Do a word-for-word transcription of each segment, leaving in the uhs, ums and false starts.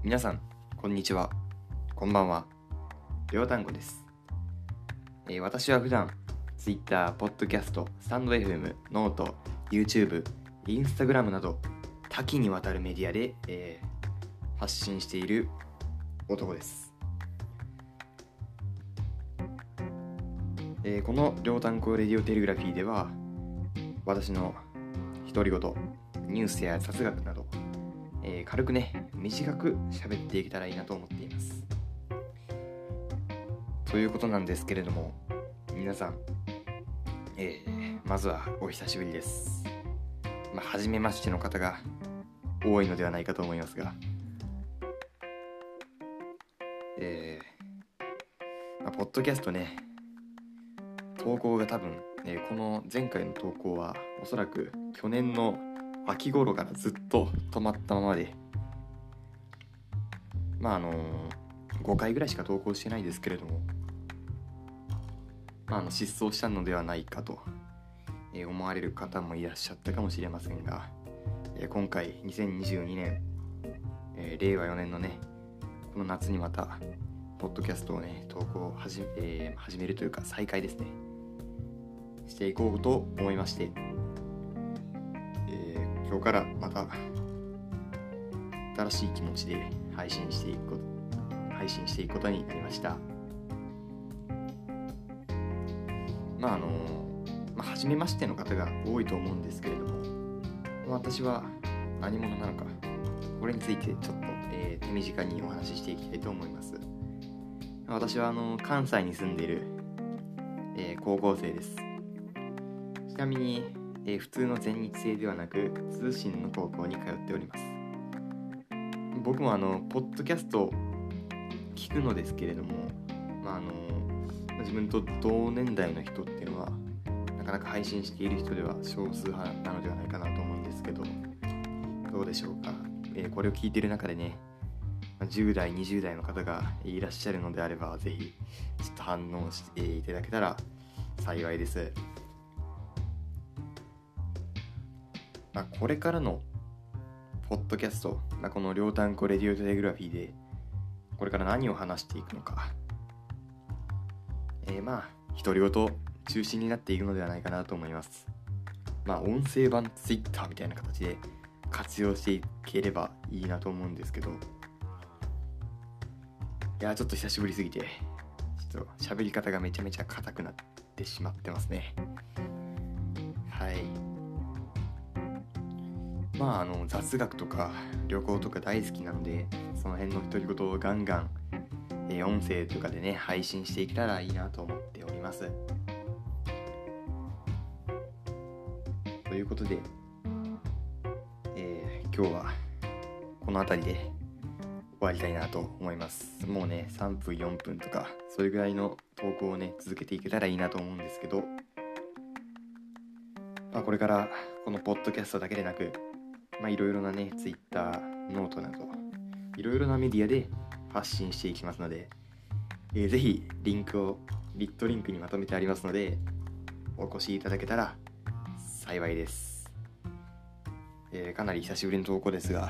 皆さんこんにちは、こんばんは。りょうたんこです、えー、私は普段 Twitter、ポッドキャスト、スタンド エフエム、ノート、YouTube、Instagram など多岐にわたるメディアで、えー、発信している男です。えー、このりょうたんこレディオテレグラフィーでは私の独り言、ニュースや雑学など、えー、軽くね短く喋っていけたらいいなと思っています。ということなんですけれども、皆さん、えー、まずはお久しぶりです。まあ、初めましての方が多いのではないかと思いますが、えーまあ、ポッドキャストね、投稿が多分、えー、この前回の投稿はおそらく去年の秋頃からずっと止まったままで、まああのー、ごかいぐらいしか投稿してないですけれども、まあ、あの失踪したのではないかと思われる方もいらっしゃったかもしれませんが、今回にせんにじゅうにねん、えー、れいわよねんのねこの夏にまたポッドキャストをね投稿を始め、えー、始めるというか再開ですねしていこうと思いまして、えー、今日からまた新しい気持ちで配信していくこと配信していくことになりました。まああのまあ、初めましての方が多いと思うんですけれども、私は何者なのか、これについてちょっと、えー、手短にお話ししていきたいと思います。私はあの関西に住んでいる、えー、高校生です。ちなみに、えー、普通の全日制ではなく通信の高校に通っております。僕もあのポッドキャストを聞くのですけれども、まああの自分と同年代の人っていうのはなかなか配信している人では少数派なのではないかなと思うんですけど、どうでしょうか。えー、これを聞いている中でね、じゅう代、にじゅう代の方がいらっしゃるのであれば、ぜひちょっと反応していただけたら幸いです。まあ、これからのポッドキャスト、まあ、このりょうたんこレディオテレグラフィーでこれから何を話していくのか、えー、まあ独り言中心になっていくのではないかなと思います。まあ音声版ツイッターみたいな形で活用していければいいなと思うんですけど、いやちょっと久しぶりすぎてちょっと喋り方がめちゃめちゃ硬くなってしまってますね。はい。まああの雑学とか旅行とか大好きなので、その辺の独り言をガンガン、えー、音声とかでね配信していけたらいいなと思っております。ということで、えー、今日はこの辺りで終わりたいなと思います。もうねさんぷんよんぷんとかそれぐらいの投稿をね続けていけたらいいなと思うんですけど、まあ、これからこのポッドキャストだけでなく、まあいろいろなね Twitter、ノートなどいろいろなメディアで発信していきますので、えー、ぜひリンクをリットリンクにまとめてありますのでお越しいただけたら幸いです。えー、かなり久しぶりの投稿ですが、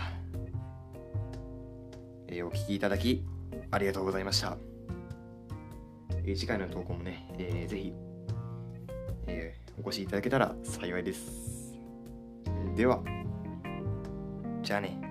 えー、お聞きいただきありがとうございました。えー、次回の投稿もね、えー、ぜひ、えー、お越しいただけたら幸いです。では、じゃあね。